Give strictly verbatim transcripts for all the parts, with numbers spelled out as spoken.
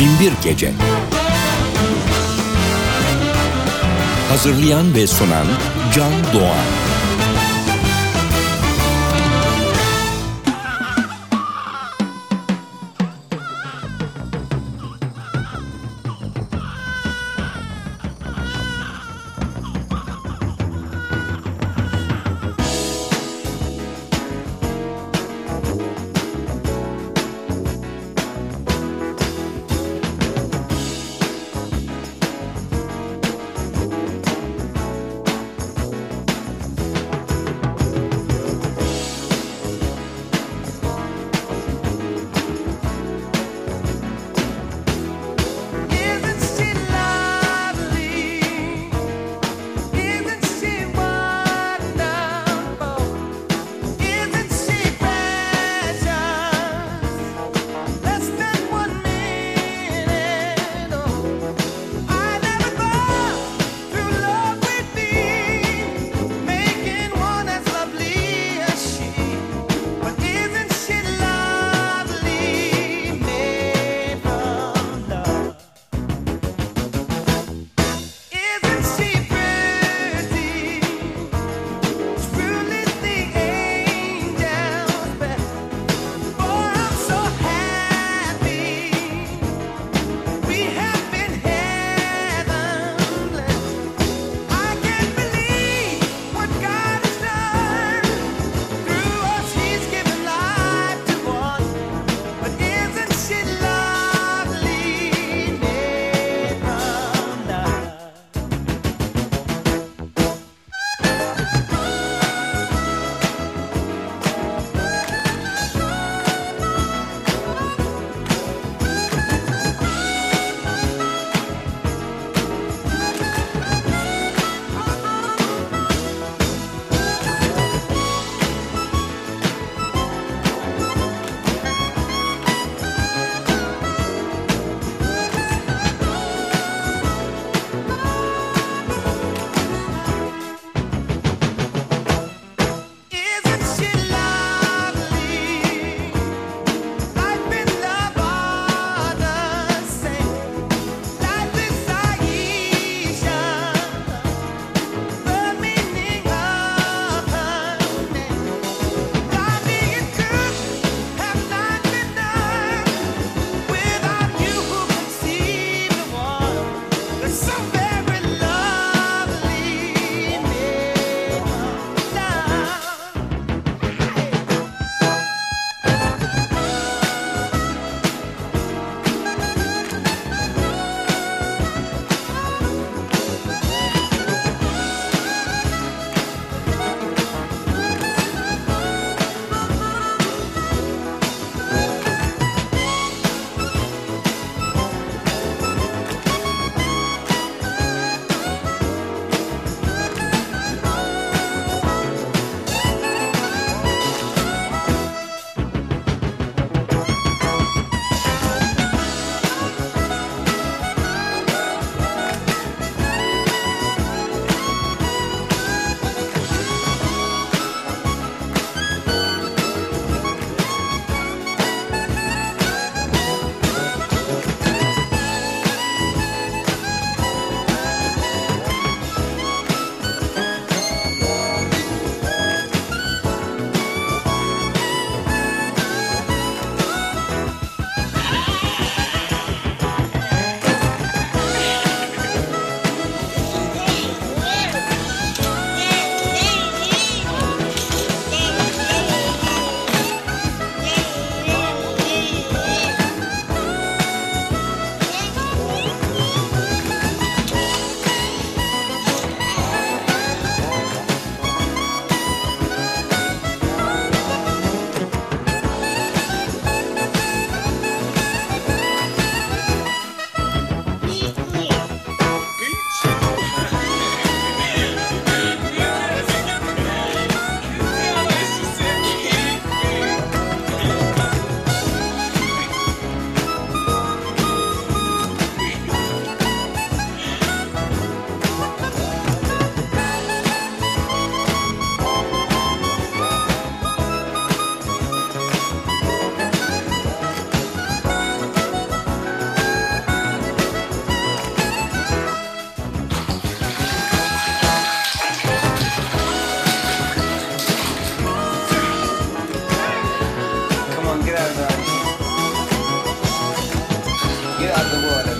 Binbir Gece. Hazırlayan ve sunan Can Doğan. Grazie. Grazie buona.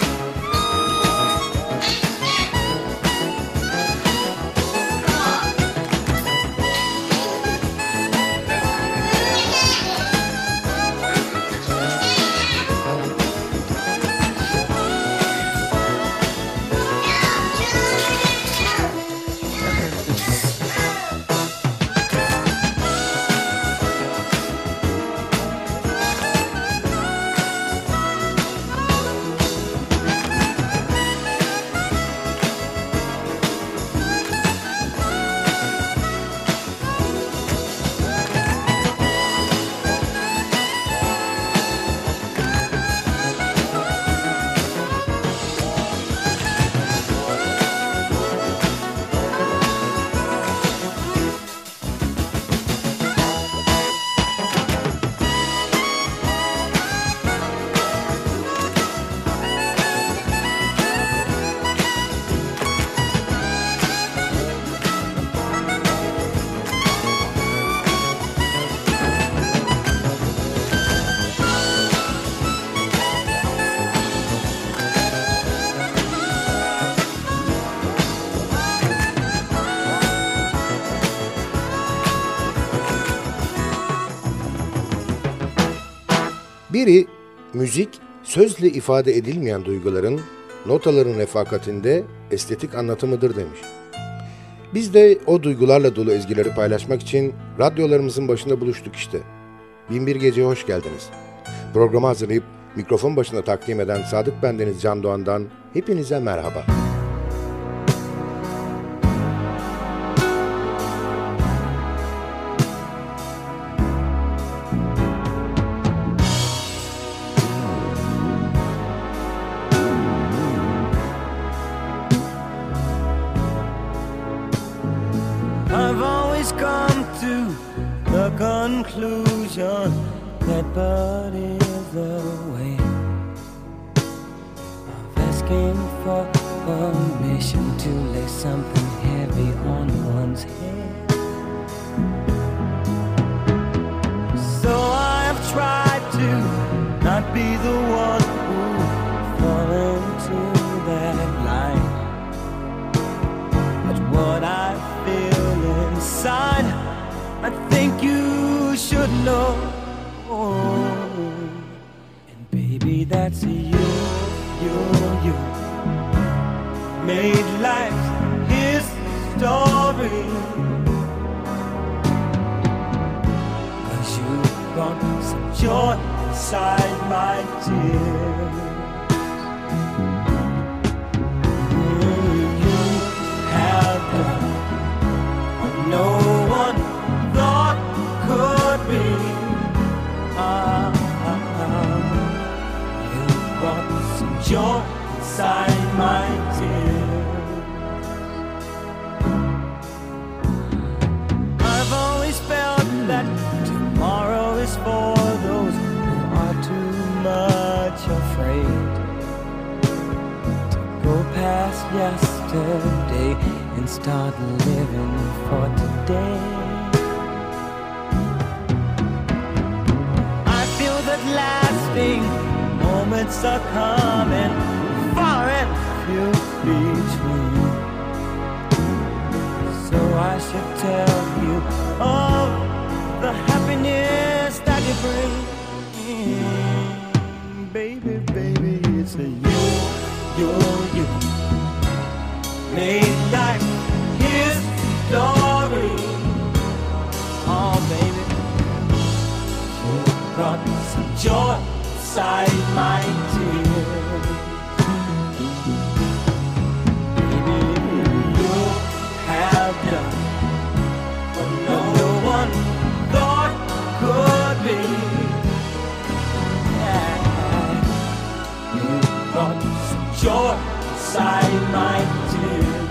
Biri, müzik, sözle ifade edilmeyen duyguların, notaların refakatinde estetik anlatımıdır demiş. Biz de o duygularla dolu ezgileri paylaşmak için radyolarımızın başında buluştuk işte. Binbir Gece'ye hoş geldiniz. Programı hazırlayıp mikrofon başında takdim eden Sadık Bendeniz Can Doğan'dan hepinize merhaba. I've always come to the conclusion that but is the way of asking for permission to lay something heavy on one's head. So I have tried to not be the one who fall into that line. But what I feel inside, I think you should know. And baby, that's you, you, you made life his story. 'Cause you brought some joy inside my tears. You have done what no one thought could be. Ah, ah, ah. You brought some joy inside my tears. I've always felt that tomorrow is for those who are too much afraid to go past yesterday and start living for today. I feel that lasting moments are coming, far and few between. So I should tell you of the happiness that you bring. Baby, baby, it's a you, you, you made life his story. Oh, baby, you brought some joy inside my tears. Baby, you have done what no one thought could be. Yeah. You brought some joy inside my tears.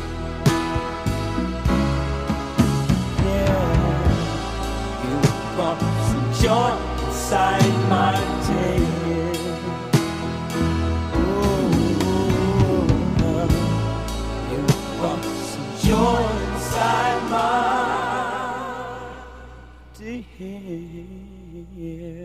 Yeah. You brought some joy inside my tears. Ooh, you brought some joy inside my tears.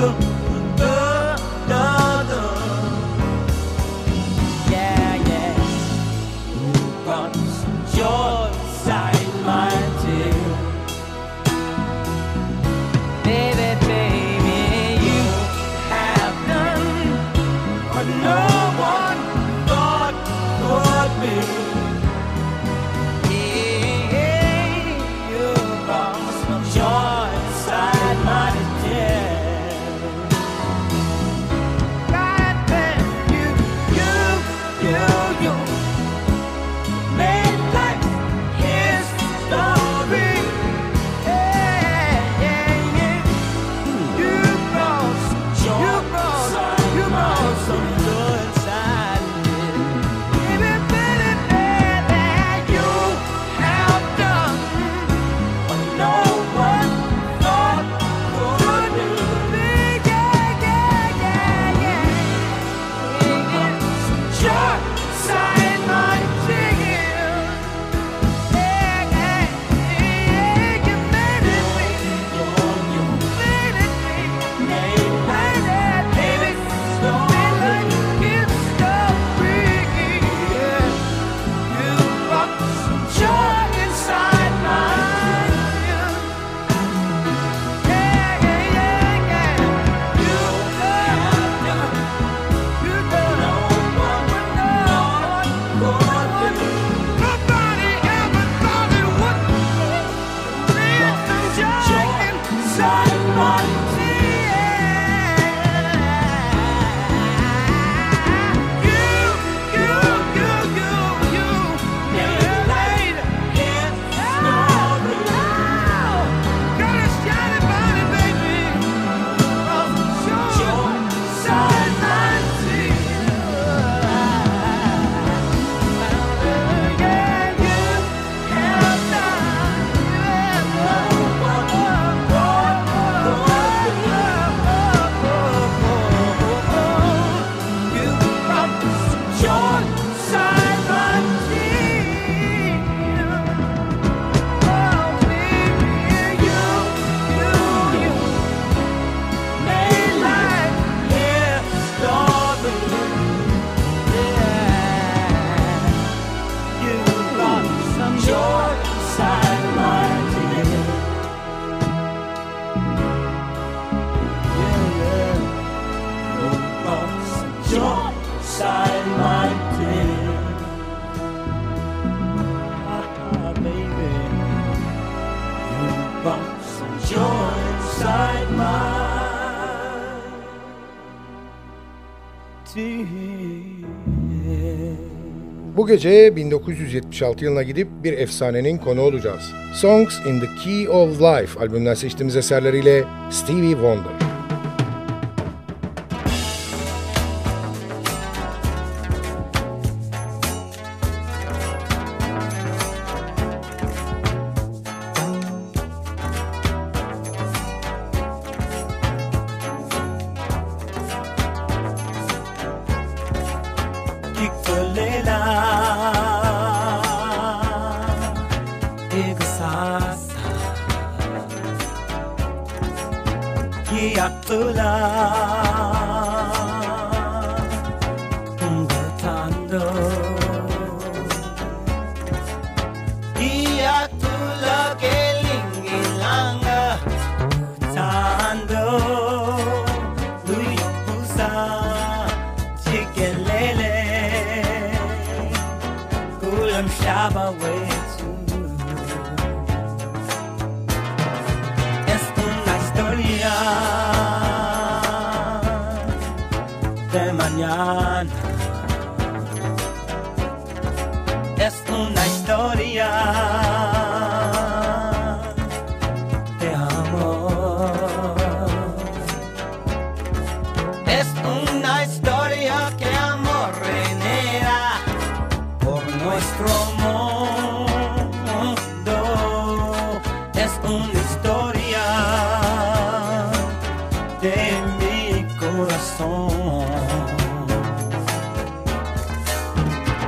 Bu gece bin dokuz yüz yetmiş altı yılına gidip bir efsanenin konu olacağız. Songs in the Key of Life albümünden seçtiğimiz eserleriyle Stevie Wonder.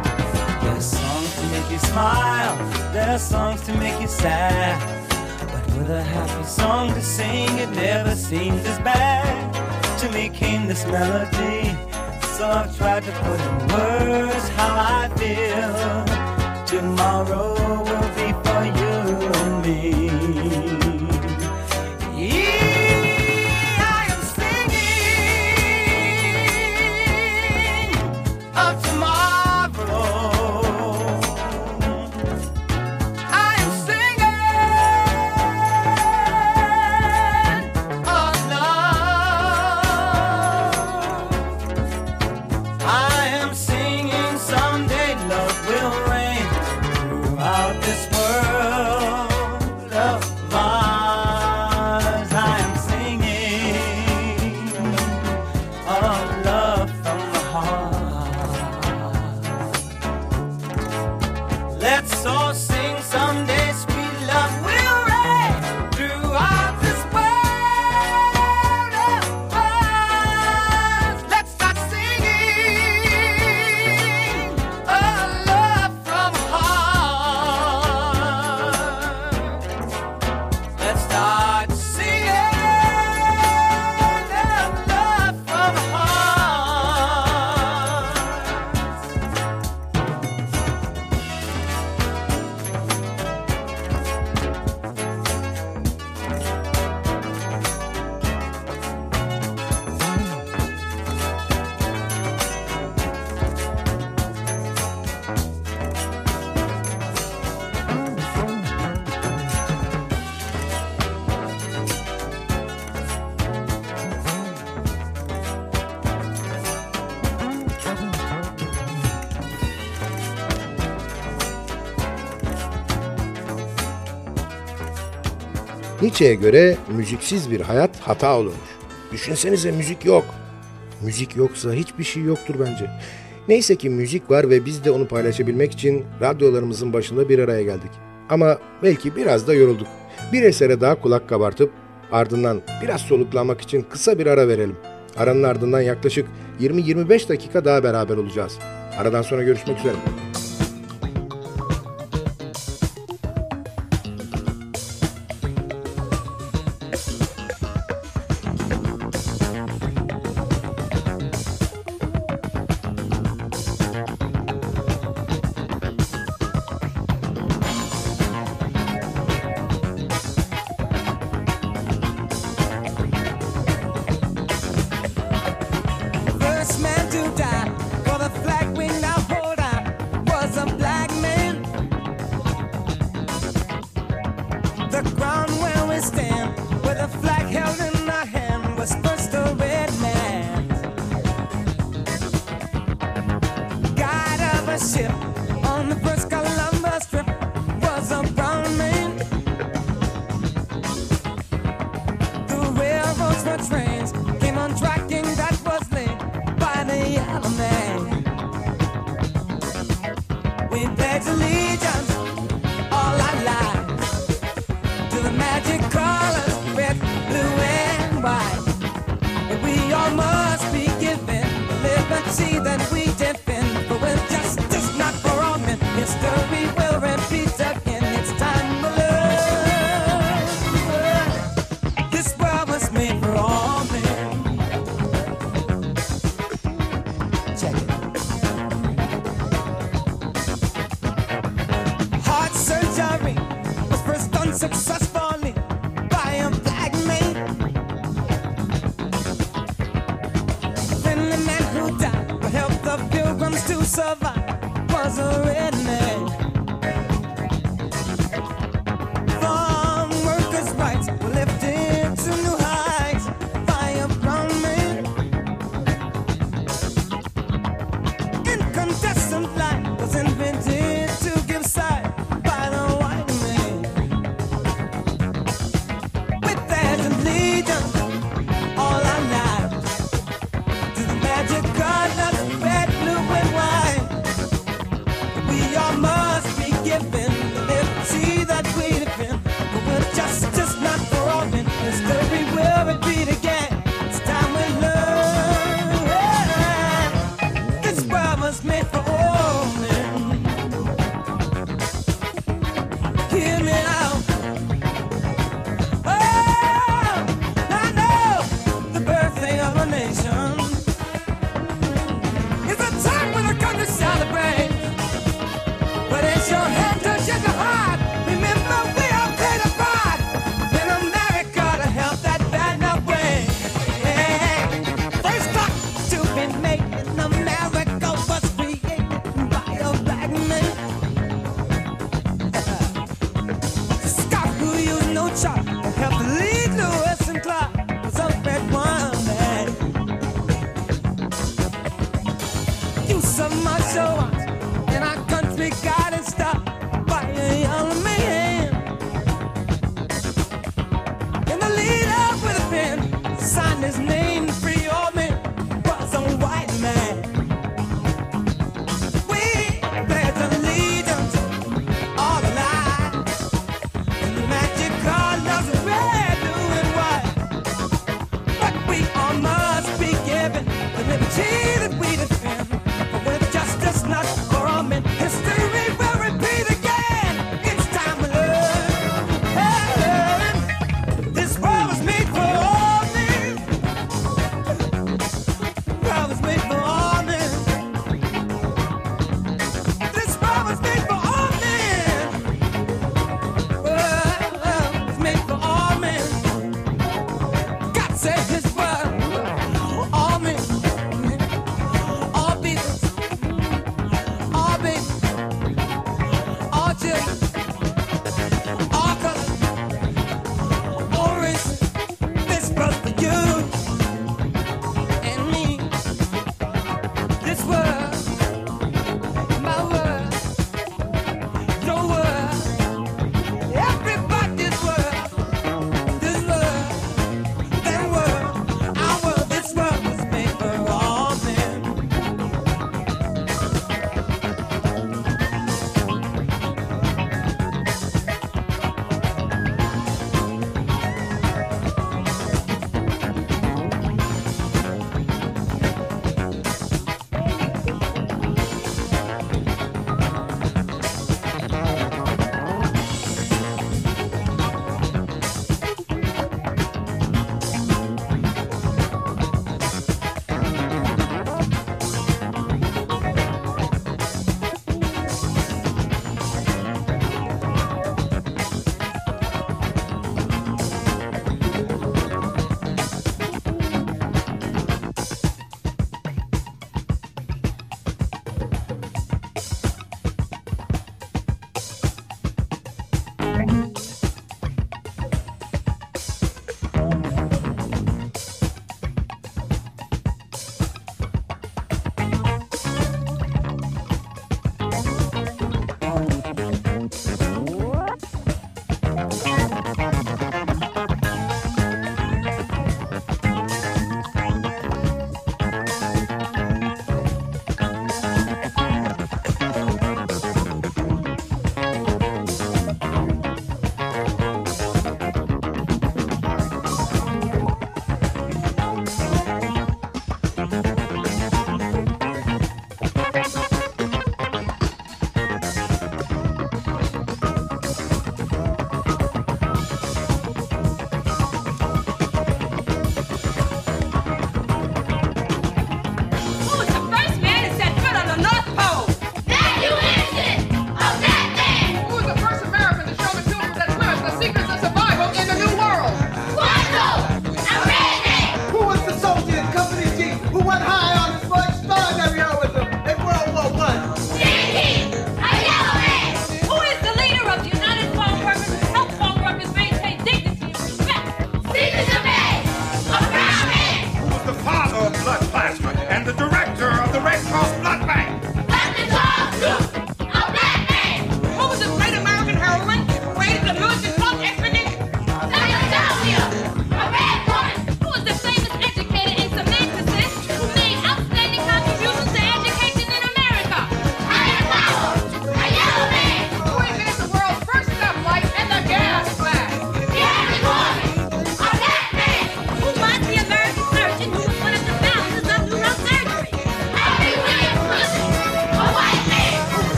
There's songs to make you sad, but with a happy song to sing. It never seems as bad. To me came this melody, so I've tried to put in words how I feel. Tomorrow will be for you and me. Yeah, I am singing of tomorrow. I am singing of love. I am singing someday love will reign throughout this world of ours. I am singing of love from the heart. Let's all sing someday sweet love will reign throughout this world of ours. Let's start singing a love from heart. Let's start singing a love from heart. Nietzsche'ye göre müziksiz bir hayat hata olurmuş. Düşünsenize müzik yok. Müzik yoksa hiçbir şey yoktur bence. Neyse ki müzik var ve biz de onu paylaşabilmek için radyolarımızın başında bir araya geldik. Ama belki biraz da yorulduk. Bir esere daha kulak kabartıp ardından biraz soluklanmak için kısa bir ara verelim. Aranın ardından yaklaşık yirmi yirmi beş dakika daha beraber olacağız. Aradan sonra görüşmek üzere. First man to die for the flag we now hold on was a black man. The ground where we stand, with a flag held in our hand, was first a red man. Guide of a ship on the first Columbus trip was a brown man. The railroads were trains, came on tracking that was laid by the yellow man. We pledge allegiance all our lives to the magic colors, red, blue, and white. And we all must be given the liberty that we defend. For when justice not for all men, history will repeat again. It's time to learn. This world was made for all men. Check it. Heart surgery was first done successfully by a black man. Then the man who died to help the pilgrims to survive was a red man. Farm workers' rights were lifted to new heights by a brown man. Incandescent light was invented to give sight by the white man. With that allegiance all our lives to the magic colors, red, blue, and white. We all must be given the liberty that we defend. But with justice not for all men, history will repeat again. It's time we learn. This world was made for all men. Hear me out. shot helped to lead Lewis and Clark was up at one man. You so much so much, and our country got it stopped by a young man. And the leader with a pen signed his name, free all men, was a white man. We pledge allegiance, all alive, in the magic colors of red, blue, and white. But we all must be given the liberty that we defend. But with justice not for all men, history will repeat again. It's time we learn. Hey, this world was made for all men.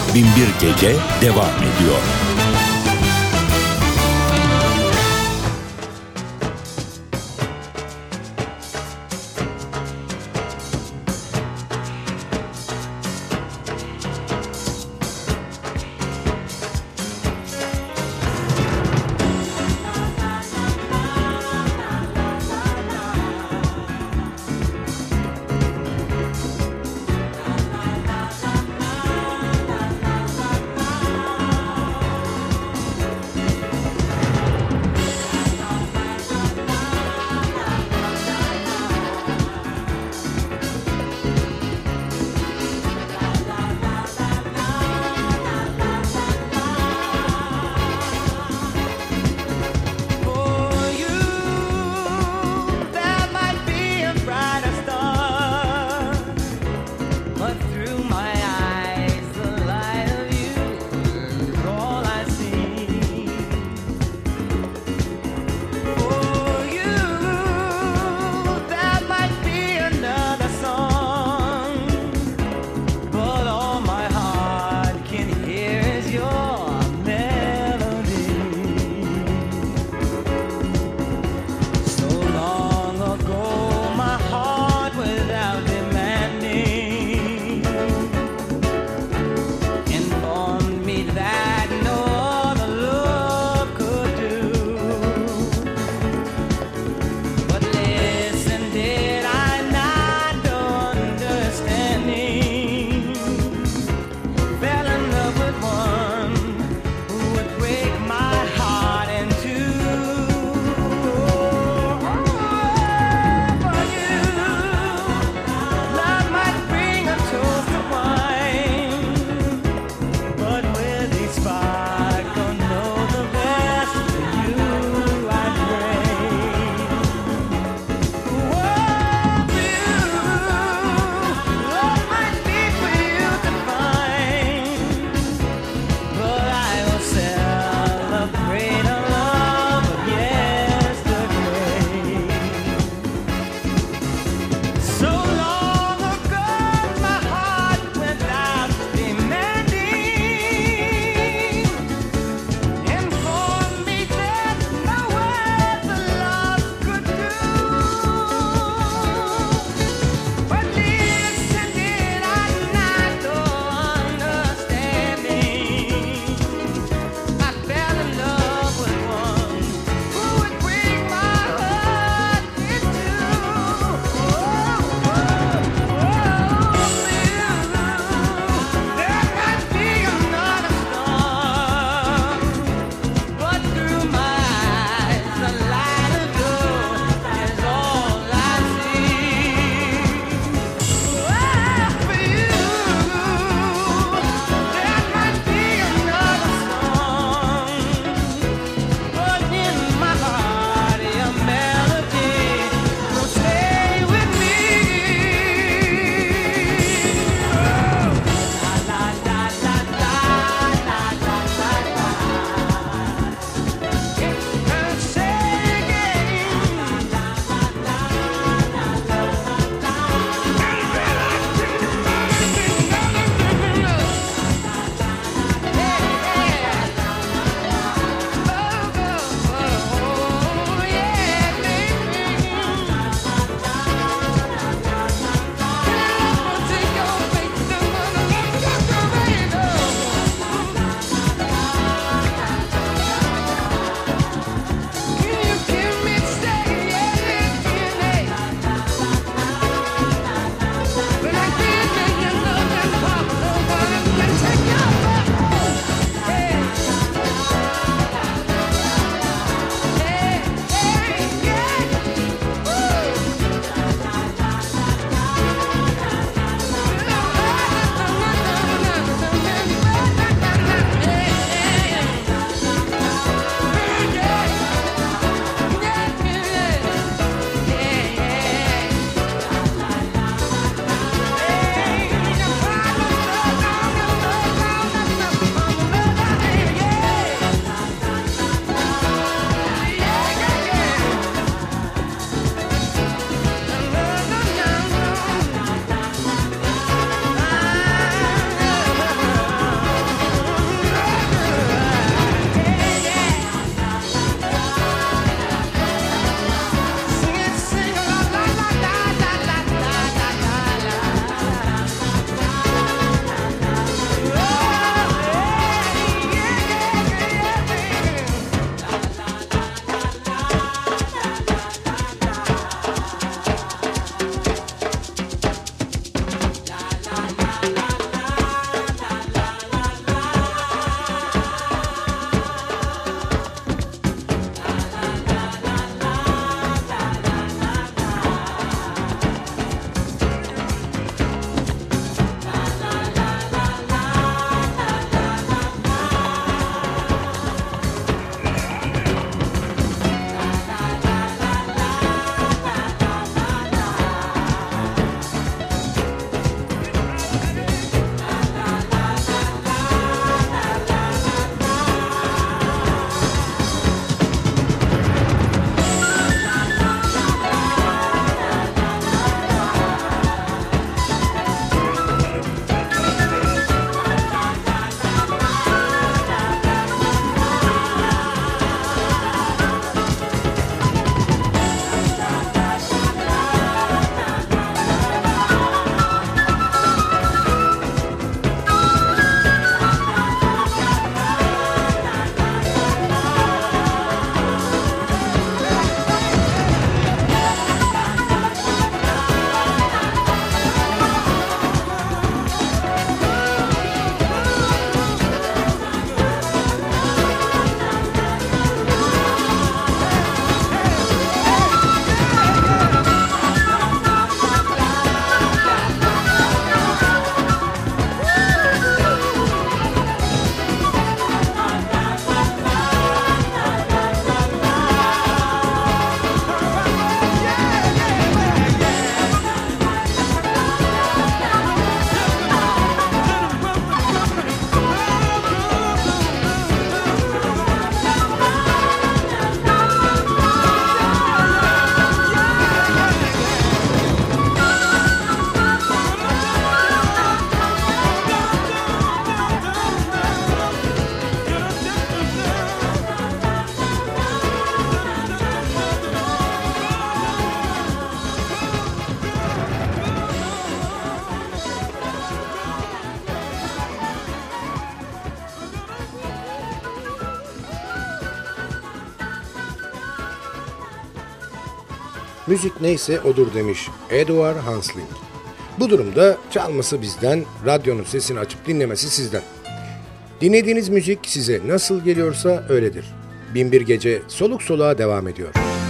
Bin Bir Gece devam ediyor. Müzik neyse odur demiş Edward Hansling. Bu durumda çalması bizden, radyonun sesini açıp dinlemesi sizden. Dinlediğiniz müzik size nasıl geliyorsa öyledir. Binbir Gece soluk soluğa devam ediyor.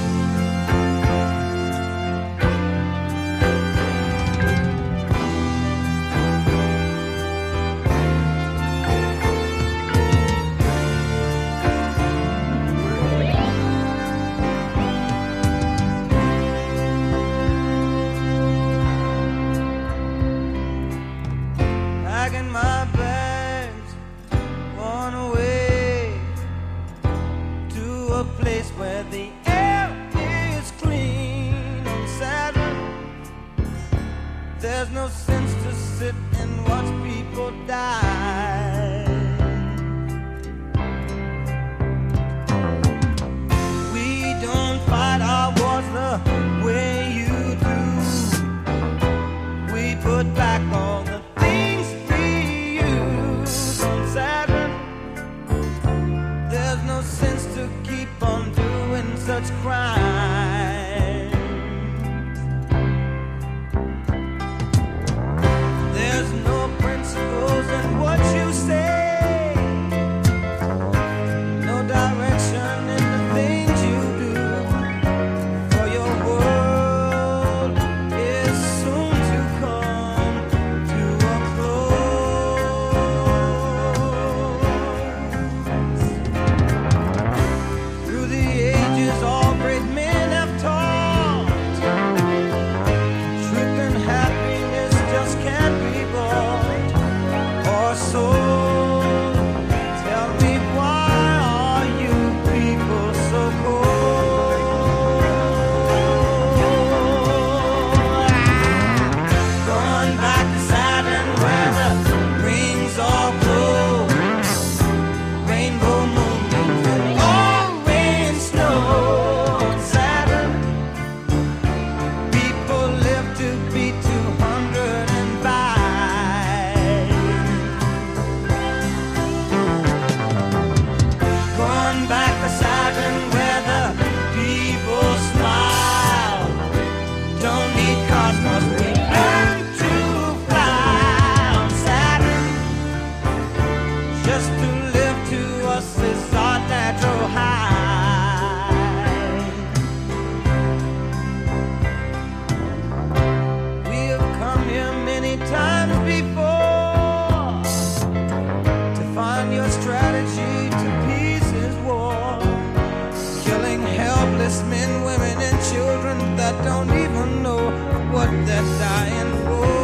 Packing my bags, on away to a place where the air is clean and Saturn. There's no sense to sit and watch people die. We don't fight our wars the way you do. We put back all the sense to keep on doing such crimes. There's no principles in what you say, no direction in the things you do, for your world is soon to come to a close. Through the ages, all great men have taught truth and happiness just can't be bought or sold. Tell me, why are you people so cold? Going back to Saturn where the rings all glow, rainbow moonbeams and orange snow. On Saturn, people live to be two hundred five. Going back to Saturn where the people smile. Don't need cosmos, we learn to fly. On Saturn, just to live to us is our natural high. We have come here many times before to find your strategy to peace is war. Killing helpless men, women, and children that don't even know what they're dying for.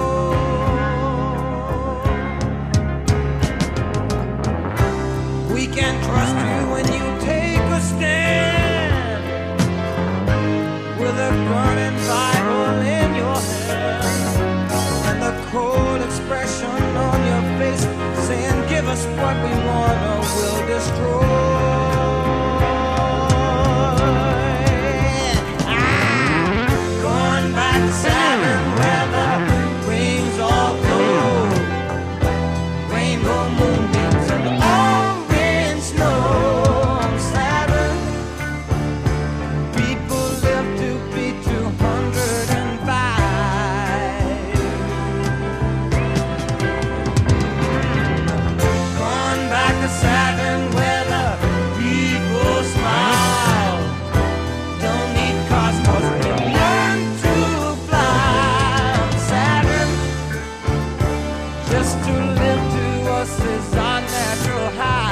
We can trust you when you take a stand with a burning Bible in your hand and the cold expression on your face saying, give us what we want or we'll destroy. Ah, going back to Saturn where the rings all glow, rainbow moonbeams and orange snow. On Saturn, people live to be two hundred five. Going back to Saturn where the people smile. Don't need cosmos, we learn to fly. On Saturn, just to live to us is our natural high.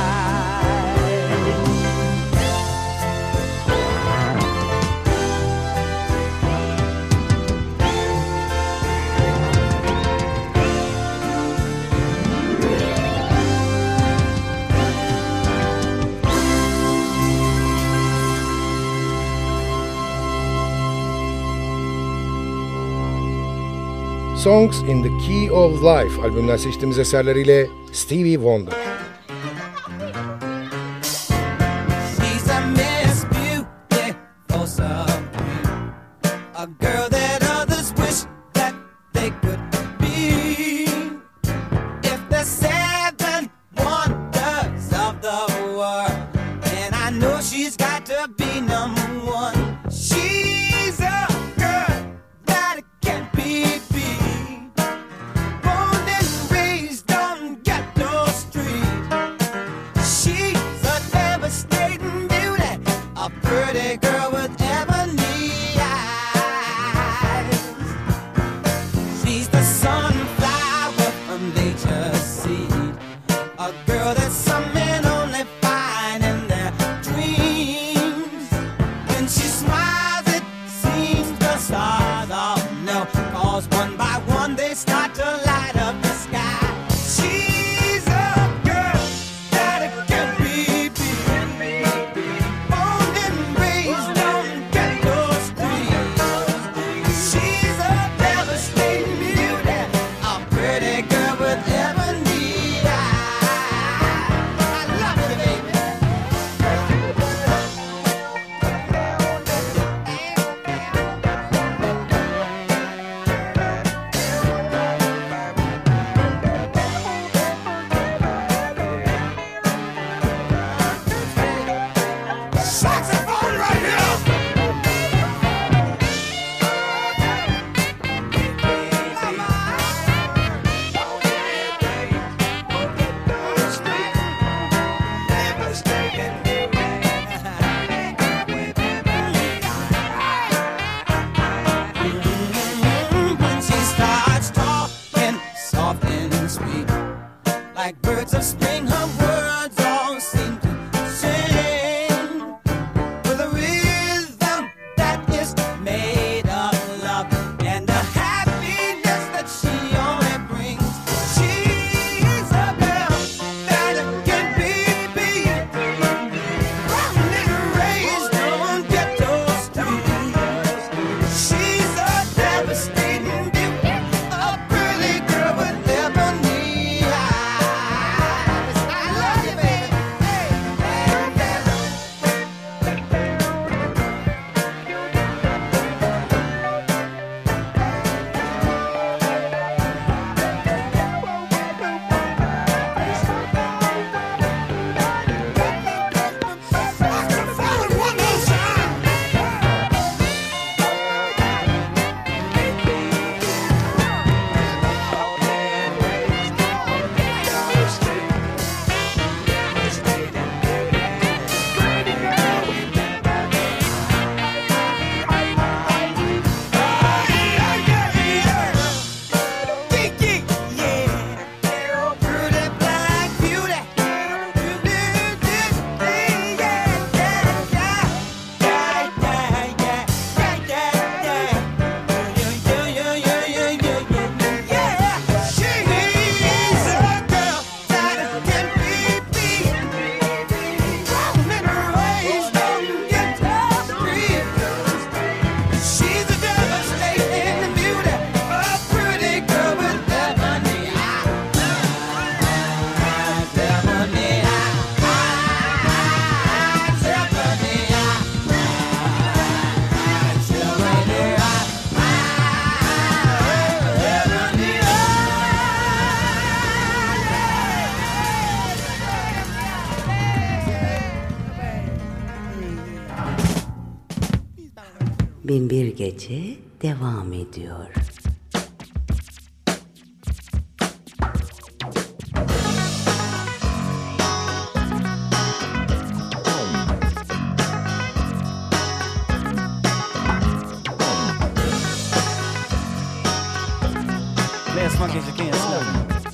Songs in the Key of Life albümünden seçtiğimiz eserleriyle Stevie Wonder. She's a Miss Beautiful something, a girl that others wish that they could be. If the seven wonders of the world, then I know she's got to be number one. She 'cause one by one they start to light up the sky. She's a girl that can be beat, born and raised on Ghetto Street. She's a devastating beauty, a pretty girl with ebony eyes. I love you, baby. Saxophone right here. When she starts talking soft and sweet, like birds of spring, her words all seem to sing with a rhythm that is made of love and the happiness that she only brings. She's a girl that can be beat, born and raised on Ghetto Street. She's a devastating beauty, a pretty girl with ebony eyes. I love you, baby. Hey, hey, hey. Saxophone, one more time. She's a devastating beauty, a pretty girl with ebony eyes. Ebony eyes, ebony eyes, ebony Bin bir gece devam ediyor. Play as funky as you can, slow.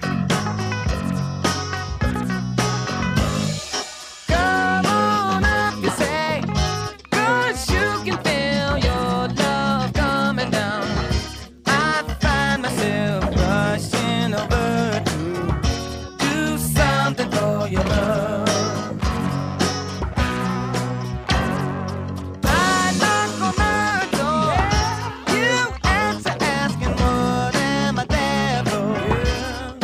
Come on up, you say, 'cause you can feel your love coming down. I find myself rushing over to do something for your love. I knock on the door, you answer asking what am I there for?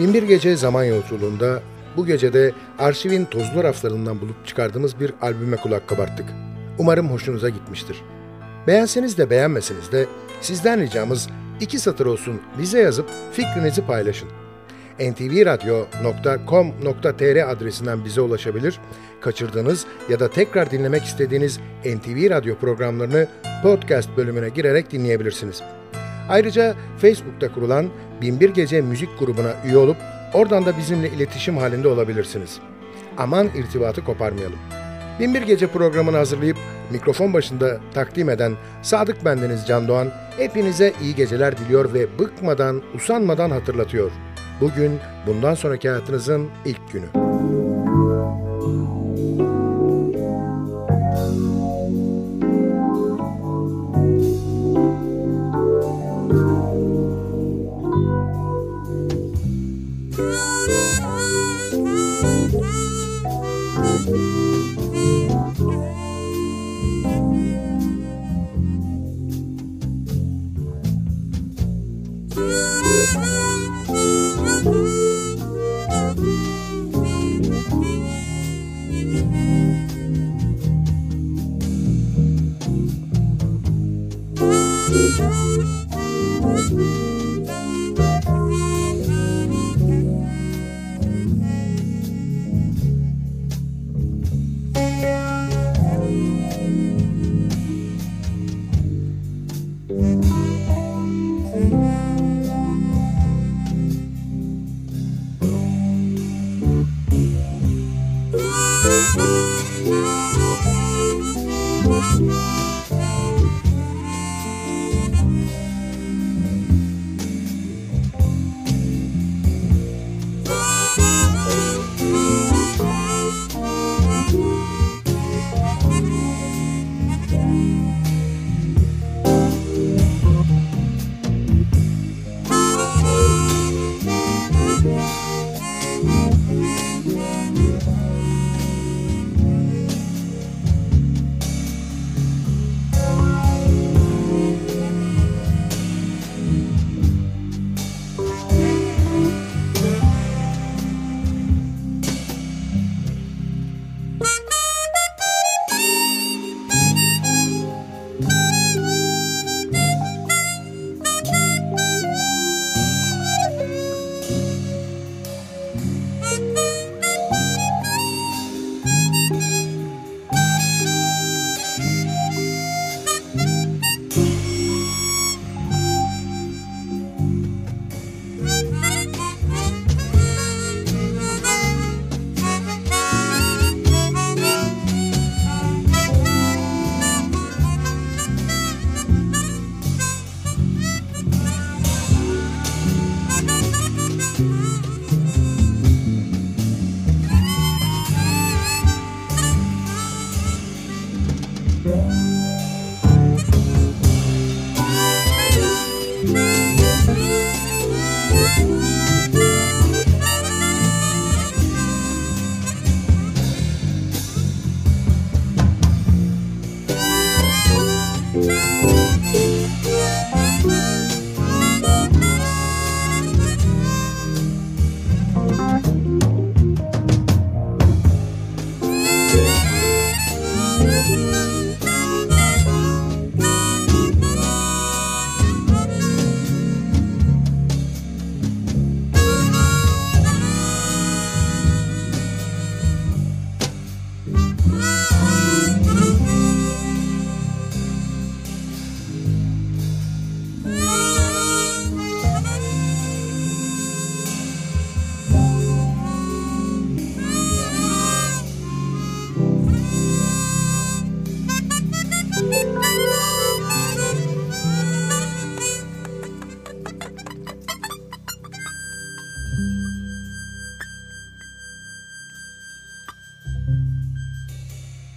Binbir Gece zaman yolculuğunda bu gecede arşivin tozlu raflarından bulup çıkardığımız bir albüme kulak kabarttık. Umarım hoşunuza gitmiştir. Beğenseniz de beğenmeseniz de sizden ricamız iki satır olsun bize yazıp fikrinizi paylaşın. en ti vi radyo nokta com nokta te er adresinden bize ulaşabilir, kaçırdığınız ya da tekrar dinlemek istediğiniz N T V Radyo programlarını podcast bölümüne girerek dinleyebilirsiniz. Ayrıca Facebook'ta kurulan Binbir Gece müzik grubuna üye olup oradan da bizimle iletişim halinde olabilirsiniz. Aman irtibatı koparmayalım. Binbir Gece programını hazırlayıp mikrofon başında takdim eden Sadık bendeniz Can Doğan, hepinize iyi geceler diliyor ve bıkmadan, usanmadan hatırlatıyor. Bugün bundan sonraki hayatınızın ilk günü.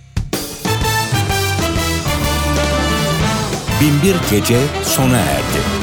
Binbir Gece sona erdi.